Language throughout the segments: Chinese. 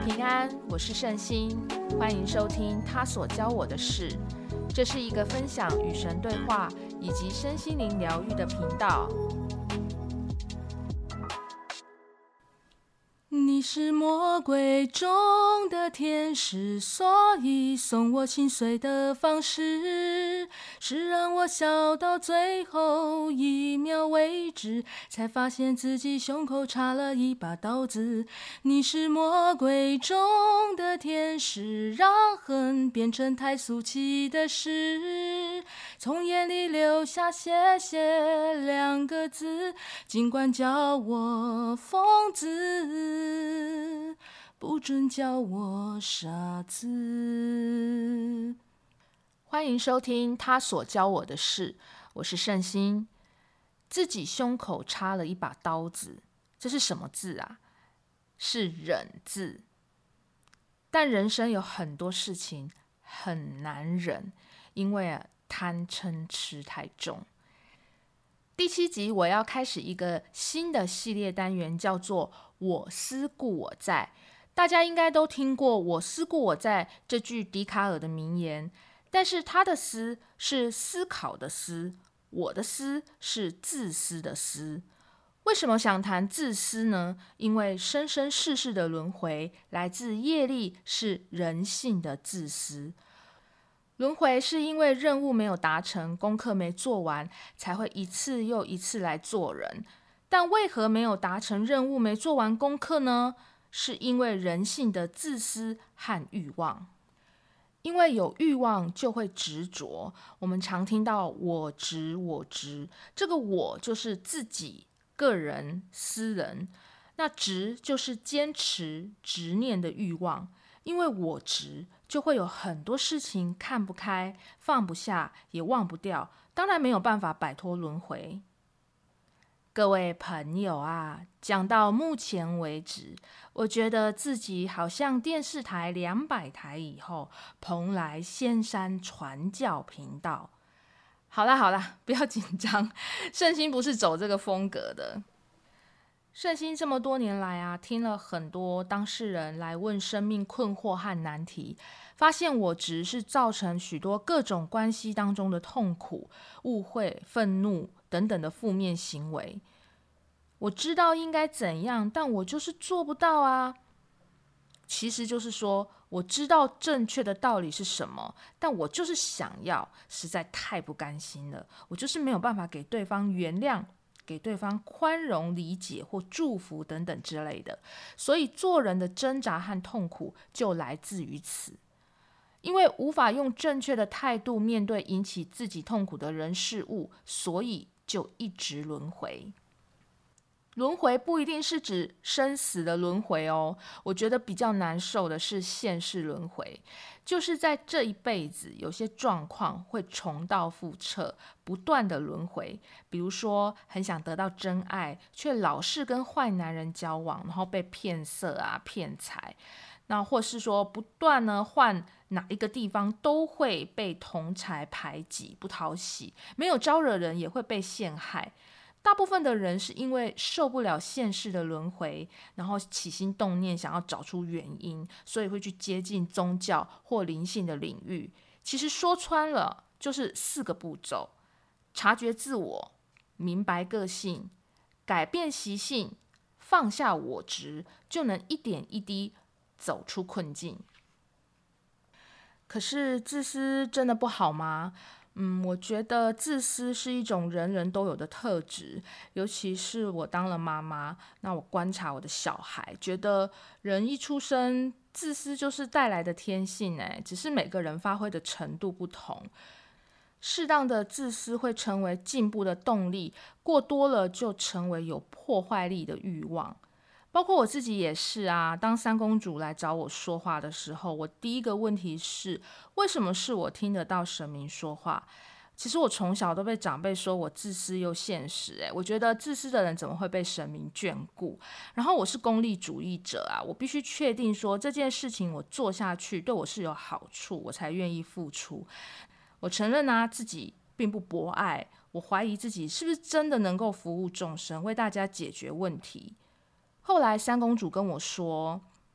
平安，我是圣心，欢迎收听他所教我的事。这是一个分享与神对话以及身心灵疗愈的频道。你是魔鬼中的天使，所以送我心碎的方式是让我笑到最后一秒为止，才发现自己胸口插了一把刀子。你是魔鬼中的天使，让恨变成太俗气的事，从眼里流下谢谢两个字，尽管叫我疯子，不准叫我傻子。欢迎收听他所教我的事，我是圣心。自己胸口插了一把刀子，这是什么字啊？是忍字。但人生有很多事情很难忍，因为贪嗔痴太重。第7集我要开始一个新的系列单元，叫做我思故我在。大家应该都听过我思故我在这句笛卡尔的名言，但是他的思是思考的思，我的思是自私的思。为什么想谈自私呢？因为生生世世的轮回来自业力，是人性的自私。轮回是因为任务没有达成，功课没做完，才会一次又一次来做人。但为何没有达成任务，没做完功课呢？是因为人性的自私和欲望。因为有欲望就会执着，我们常听到我执我执，这个我就是自己个人私人，那执就是坚持执念的欲望。因为我执，就会有很多事情看不开，放不下，也忘不掉，当然没有办法摆脱轮回。各位朋友啊，讲到目前为止，我觉得自己好像电视台200台以后蓬莱仙山传教频道。好啦，不要紧张，圣心不是走这个风格的。圣心这么多年来听了很多当事人来问生命困惑和难题，发现我执是造成许多各种关系当中的痛苦、误会、愤怒等等的负面行为。我知道应该怎样，但我就是做不到啊。其实就是说，我知道正确的道理是什么，但我就是想要，实在太不甘心了。我就是没有办法给对方原谅，给对方宽容、理解或祝福等等之类的，所以做人的挣扎和痛苦就来自于此。因为无法用正确的态度面对引起自己痛苦的人事物，所以就一直轮回。轮回不一定是指生死的轮回哦，我觉得比较难受的是现世轮回，就是在这一辈子有些状况会重蹈覆辙，不断的轮回。比如说很想得到真爱，却老是跟坏男人交往，然后被骗色骗财，那或是说不断呢换哪一个地方都会被同侪排挤，不讨喜，没有招惹人也会被陷害。大部分的人是因为受不了现世的轮回，然后起心动念想要找出原因，所以会去接近宗教或灵性的领域。其实说穿了就是4个步骤：察觉自我、明白个性、改变习性、放下我执，就能一点一滴走出困境。可是自私真的不好吗？我觉得自私是一种人人都有的特质，尤其是我当了妈妈，那我观察我的小孩，觉得人一出生，自私就是带来的天性，只是每个人发挥的程度不同。适当的自私会成为进步的动力，过多了就成为有破坏力的欲望。包括我自己也是当三公主来找我说话的时候，我第一个问题是，为什么是我听得到神明说话？其实我从小都被长辈说我自私又现实，我觉得自私的人怎么会被神明眷顾？然后我是功利主义者我必须确定说这件事情我做下去对我是有好处，我才愿意付出。我承认自己并不博爱，我怀疑自己是不是真的能够服务众生，为大家解决问题。后来三公主跟我说，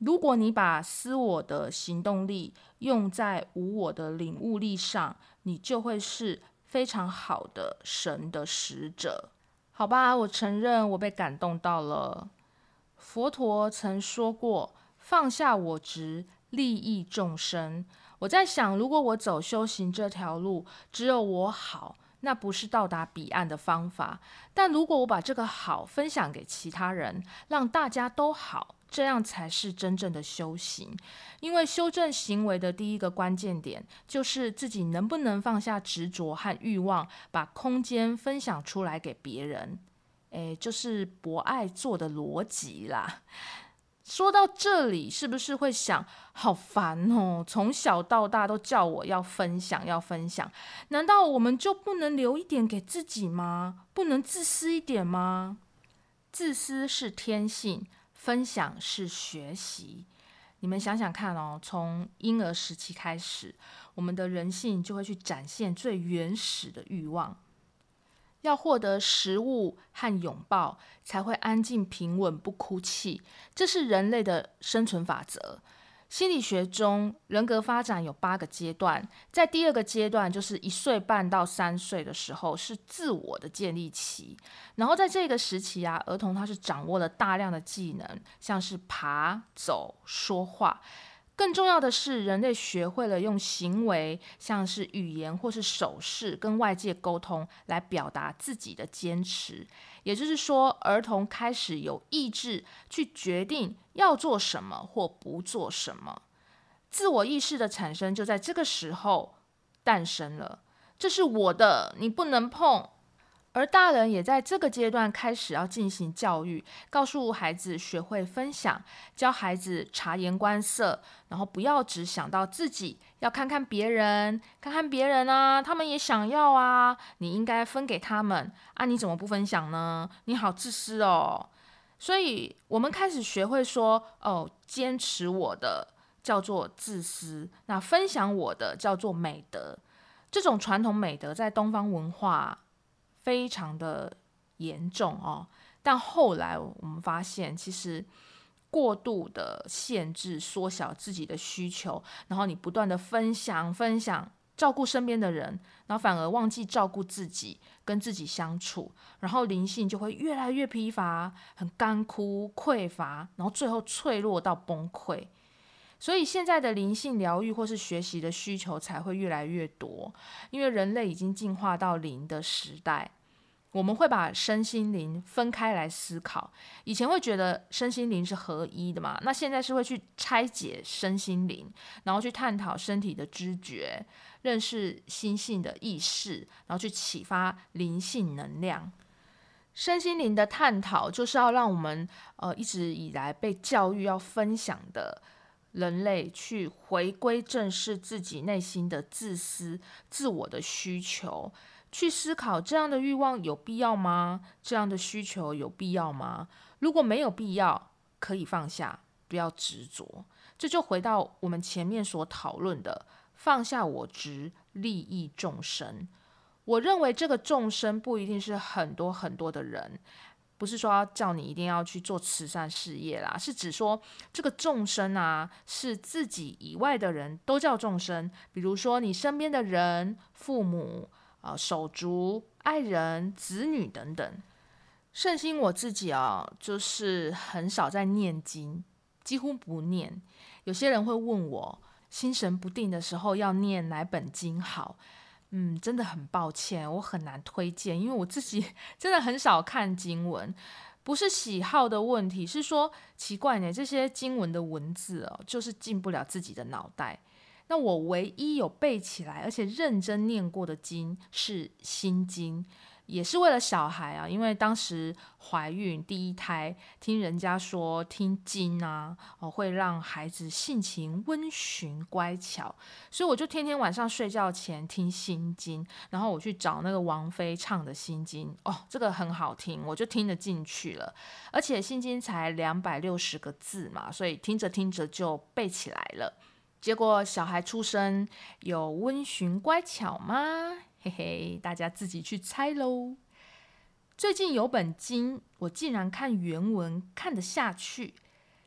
如果你把私我的行动力用在无我的领悟力上，你就会是非常好的神的使者。好吧，我承认我被感动到了。佛陀曾说过，放下我执，利益众生。我在想，如果我走修行这条路，只有我好，那不是到达彼岸的方法。但如果我把这个好分享给其他人，让大家都好，这样才是真正的修行。因为修正行为的第一个关键点，就是自己能不能放下执着和欲望，把空间分享出来给别人。就是博爱做的逻辑啦。说到这里，是不是会想，好烦哦，从小到大都叫我要分享要分享，难道我们就不能留一点给自己吗？不能自私一点吗？自私是天性，分享是学习。你们想想看哦，从婴儿时期开始，我们的人性就会去展现最原始的欲望，要获得食物和拥抱，才会安静平稳不哭泣，这是人类的生存法则。心理学中，人格发展有8个阶段，在第2个阶段，就是1岁半到3岁的时候，是自我的建立期。然后在这个时期啊，儿童他是掌握了大量的技能，像是爬、走、说话。更重要的是，人类学会了用行为，像是语言或是手势，跟外界沟通，来表达自己的坚持。也就是说，儿童开始有意志去决定要做什么或不做什么。自我意识的产生就在这个时候诞生了，这是我的，你不能碰。而大人也在这个阶段开始要进行教育，告诉孩子学会分享，教孩子察言观色，然后不要只想到自己，要看看别人，看看别人啊，他们也想要啊，你应该分给他们啊，你怎么不分享呢？你好自私哦。所以我们开始学会说，坚持我的叫做自私，那分享我的叫做美德。这种传统美德在东方文化非常的严重哦，但后来我们发现，其实过度的限制、缩小自己的需求，然后你不断的分享、照顾身边的人，然后反而忘记照顾自己，跟自己相处，然后灵性就会越来越疲乏，很干枯、匮乏，然后最后脆弱到崩溃。所以现在的灵性疗愈或是学习的需求才会越来越多，因为人类已经进化到灵的时代，我们会把身心灵分开来思考。以前会觉得身心灵是合一的嘛，那现在是会去拆解身心灵，然后去探讨身体的知觉，认识心性的意识，然后去启发灵性能量。身心灵的探讨就是要让我们一直以来被教育要分享的人类去回归正视自己内心的自私、自我的需求，去思考这样的欲望有必要吗？这样的需求有必要吗？如果没有必要，可以放下，不要执着。这就回到我们前面所讨论的，放下我执，利益众生。我认为这个众生不一定是很多很多的人，不是说要叫你一定要去做慈善事业啦，是指说这个众生啊，是自己以外的人都叫众生，比如说你身边的人、父母、手足、爱人、子女等等。圣心我自己就是很少在念经，几乎不念。有些人会问我，心神不定的时候要念哪本经好？真的很抱歉，我很难推荐，因为我自己真的很少看经文，不是喜好的问题，是说奇怪呢，这些经文的文字就是进不了自己的脑袋。那我唯一有背起来而且认真念过的经是心经，也是为了小孩啊，因为当时怀孕第一胎，听人家说听经啊，会让孩子性情温驯乖巧，所以我就天天晚上睡觉前听心经，然后我去找那个王菲唱的心经，这个很好听，我就听得进去了，而且心经才260个字嘛，所以听着听着就背起来了。结果小孩出生有温驯乖巧吗？嘿嘿，大家自己去猜咯。最近有本经，我竟然看原文看得下去，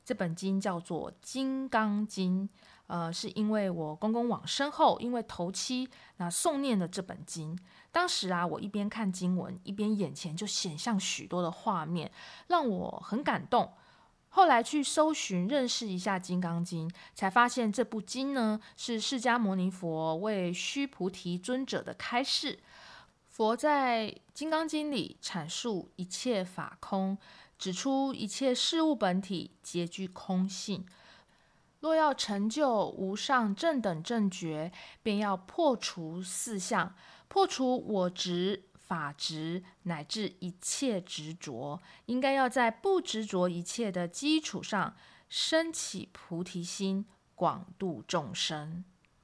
这本经叫做《金刚经》，是因为我公公往生后，因为头七，那诵念了这本经。当时啊，我一边看经文，一边眼前就显现许多的画面，让我很感动。后来去搜寻认识一下《金刚经》，才发现这部经呢是释迦牟尼佛为须菩提尊者的开示。佛在《金刚经》里阐述一切法空，指出一切事物本体皆具空性。若要成就无上正等正觉，便要破除四相，破除我执、法执乃至一切执着，应该要在不执着一切的基础上升起菩提心，广度众生。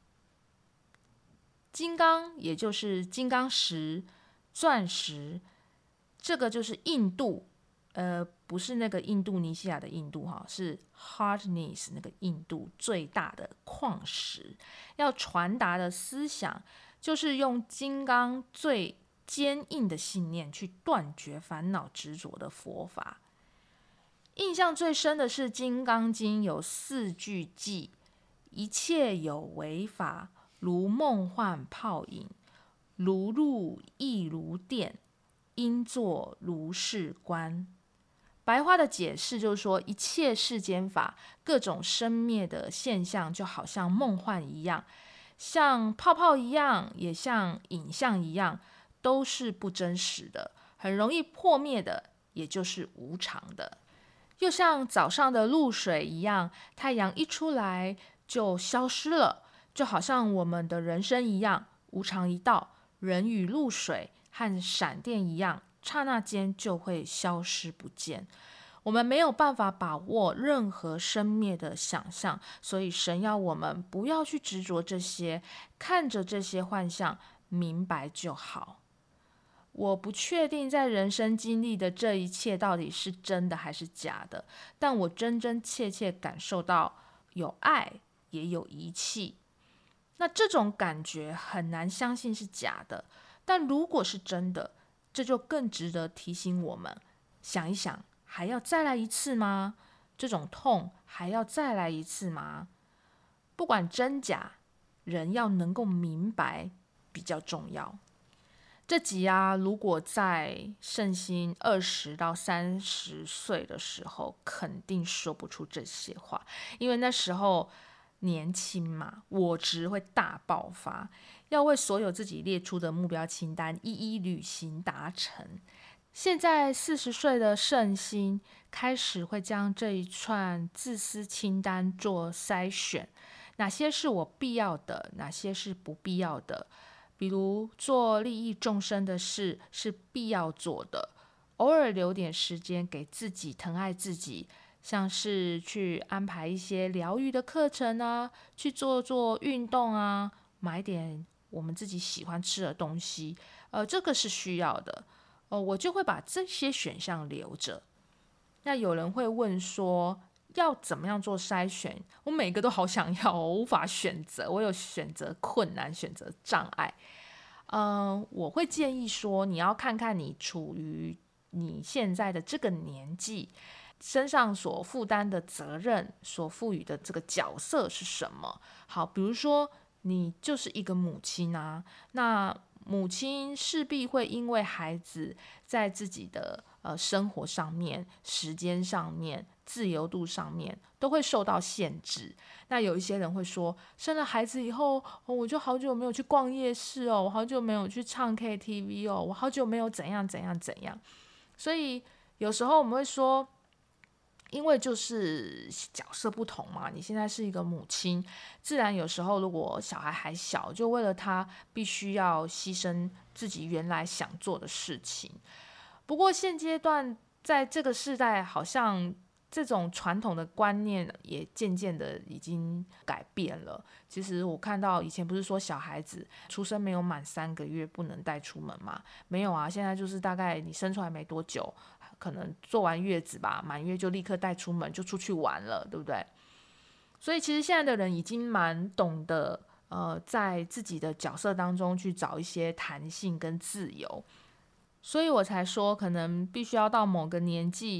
金刚也就是金刚石、钻石，这个就是印度，不是那个印度尼西亚的印度哈，是 hardness 那个印度最大的矿石。要传达的思想，就是用金刚最坚硬的信念去断绝烦恼执着的佛法。印象最深的是《金刚经》有4句偈：一切有为法，如梦幻泡影，如露亦如电，应作如是观。白话的解释就是说，一切世间法，各种生灭的现象，就好像梦幻一样，像泡泡一样，也像影像一样，都是不真实的，很容易破灭的，也就是无常的。又像早上的露水一样，太阳一出来就消失了，就好像我们的人生一样，无常一到，人与露水和闪电一样，刹那间就会消失不见。我们没有办法把握任何生灭的想象，所以神要我们不要去执着这些，看着这些幻象，明白就好。我不确定在人生经历的这一切到底是真的还是假的，但我真真切切感受到有爱也有遗弃。那这种感觉很难相信是假的，但如果是真的，这就更值得提醒我们想一想，还要再来一次吗？这种痛还要再来一次吗？不管真假，人要能够明白比较重要。这集啊，如果在圣心20到30岁的时候，肯定说不出这些话，因为那时候年轻嘛，我执会大爆发，要为所有自己列出的目标清单一一履行达成。现在40岁的圣心开始会将这一串自私清单做筛选，哪些是我必要的，哪些是不必要的。比如做利益众生的事是必要做的，偶尔留点时间给自己，疼爱自己，像是去安排一些疗愈的课程啊，去做做运动啊，买点我们自己喜欢吃的东西，这个是需要的。我就会把这些选项留着。那有人会问说，要怎么样做筛选？我每个都好想要，我无法选择，我有选择困难、选择障碍。我会建议说，你要看看你处于你现在的这个年纪，身上所负担的责任，所赋予的这个角色是什么。好，比如说你就是一个母亲啊，那母亲势必会因为孩子在自己的生活上面、时间上面、自由度上面都会受到限制。那有一些人会说，生了孩子以后，我就好久没有去逛夜市哦，我好久没有去唱 KTV 哦，我好久没有怎样怎样怎样。所以有时候我们会说，因为就是角色不同嘛，你现在是一个母亲，自然有时候如果小孩还小，就为了他必须要牺牲自己原来想做的事情。不过现阶段在这个世代，好像这种传统的观念也渐渐的已经改变了。其实我看到以前不是说小孩子出生没有满3个月不能带出门吗？没有啊，现在就是大概你生出来没多久，可能坐完月子吧，满月就立刻带出门就出去玩了，对不对？所以其实现在的人已经蛮懂得在自己的角色当中去找一些弹性跟自由。所以我才说可能必须要到某个年纪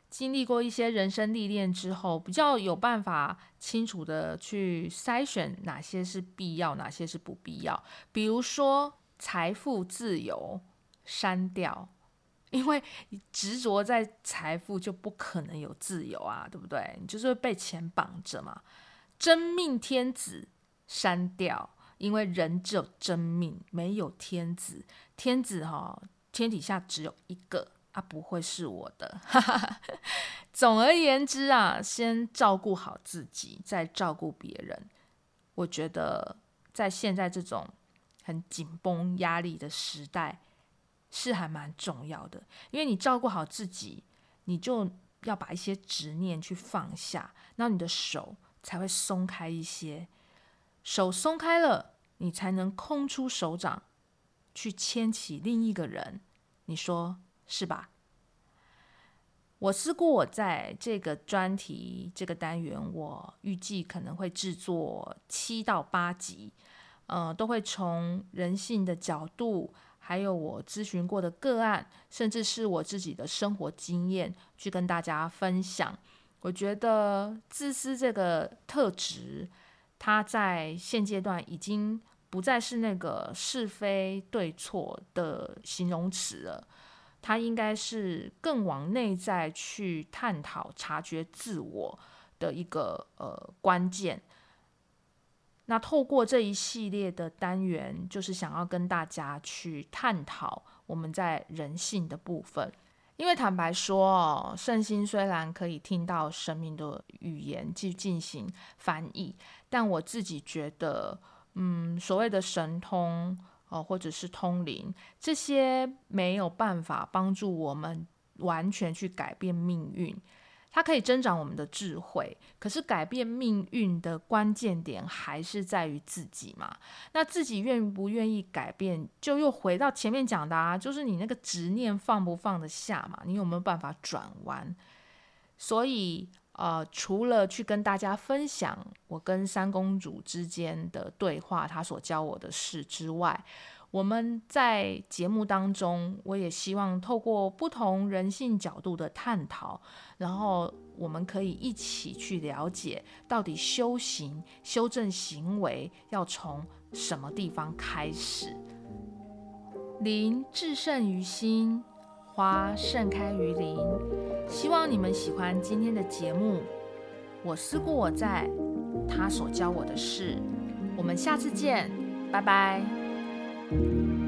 经历过一些人生历练之后，比较有办法清楚的去筛选哪些是必要，哪些是不必要。比如说财富自由，删掉，因为执着在财富就不可能有自由啊，对不对？你就是会被钱绑着嘛。真命天子删掉，因为人只有真命，没有天子。天子天底下只有一个啊，不会是我的。总而言之啊，先照顾好自己，再照顾别人。我觉得在现在这种很紧绷压力的时代，是还蛮重要的。因为你照顾好自己，你就要把一些执念去放下，然后你的手才会松开一些。手松开了，你才能空出手掌去牵起另一个人，你说是吧？我思故我在这个专题这个单元，我预计可能会制作7到8集，都会从人性的角度，还有我咨询过的个案，甚至是我自己的生活经验，去跟大家分享。我觉得自私这个特质，它在现阶段已经不再是那个是非对错的形容词了。它应该是更往内在去探讨、察觉自我的一个关键。那透过这一系列的单元，就是想要跟大家去探讨我们在人性的部分。因为坦白说圣心虽然可以听到生命的语言去进行翻译，但我自己觉得，所谓的神通或者是通灵，这些没有办法帮助我们完全去改变命运。它可以增长我们的智慧，可是改变命运的关键点还是在于自己嘛。那自己愿不愿意改变，就又回到前面讲的就是你那个执念放不放得下嘛，你有没有办法转弯。所以除了去跟大家分享我跟三公主之间的对话，她所教我的事之外，我们在节目当中，我也希望透过不同人性角度的探讨，然后我们可以一起去了解，到底修行、修正行为要从什么地方开始。灵至胜于心，花盛开于林。希望你们喜欢今天的节目。我思故我在，他所教我的事。我们下次见，拜拜。